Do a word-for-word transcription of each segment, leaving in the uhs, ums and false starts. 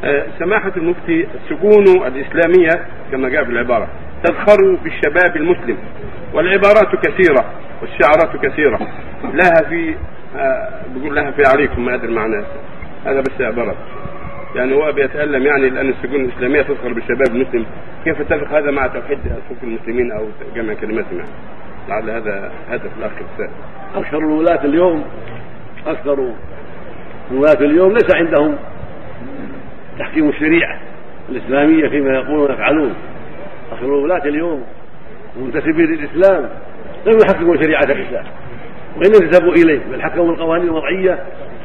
سماحة المفتي، السجون الإسلامية كما جاء في العبارة تزخر بالشباب المسلم، والعبارات كثيرة والشعارات كثيرة لها في بقول لها في عليكم، ما أدري معناه هذا، بس عبارات يعني هو بيتألم يعني لأن السجون الإسلامية تزخر بالشباب المسلم. كيف يتفق هذا مع توحيد صفوف المسلمين أو جمع كلماتهم؟ يعني لعل هذا هدف الأخ السائل. أكثر الولاة اليوم أكثر الولاة اليوم ليس عندهم تحكيم الشريعة الإسلامية فيما يقولون ويفعلون. أكثر الولاة اليوم منتسبين للإسلام لم يحكموا شريعة الإسلام، وإن انتسبوا إليه بل حكموا القوانين الوضعية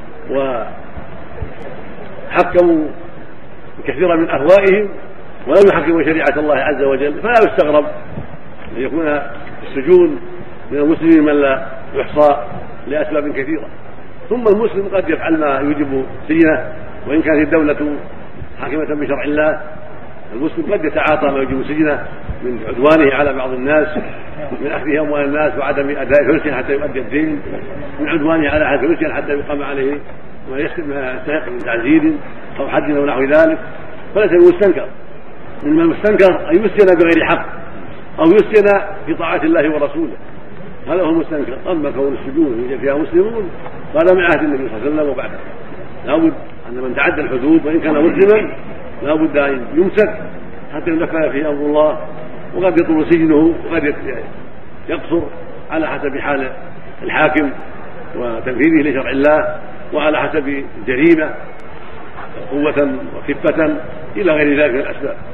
وحكموا كثيرا من أهوائهم ولم يحكموا شريعة الله عز وجل. فلا يستغرب أن يكون السجون من المسلمين من لا يحصى لأسباب كثيرة. ثم المسلم قد يفعل ما يوجب سجنه، وإن كانت الدولة حاكمة بشرع الله المسلم قد يتعاطى ما يوجب سجنه من عدوانه على بعض الناس، من أخذه أموال الناس وعدم أداء فلسه حتى يؤدي الدين، من عدوانه على أهل فلسه حتى يقام عليه ما يستحق من تعزير أو حد أو نحو ذلك. فليس المستنكر، من المستنكر أن يسجن بغير حق أو يسجن في طاعة الله ورسوله، هذا هو المستنكر. أما كون السجون يوجد فيها مسلمون فهذا من عهد النبي صلى الله عليه وسلم وبعده. لابد أن من تعدى الحدود وإن كان مسلما لابد أن يمسك حتى ينفذ فيه أمر الله، وقد يطول سجنه وقد يقصر على حسب حال الحاكم وتنفيذه لشرع الله وعلى حسب الجريمة قوة وخفة إلى غير ذلك من الأسباب.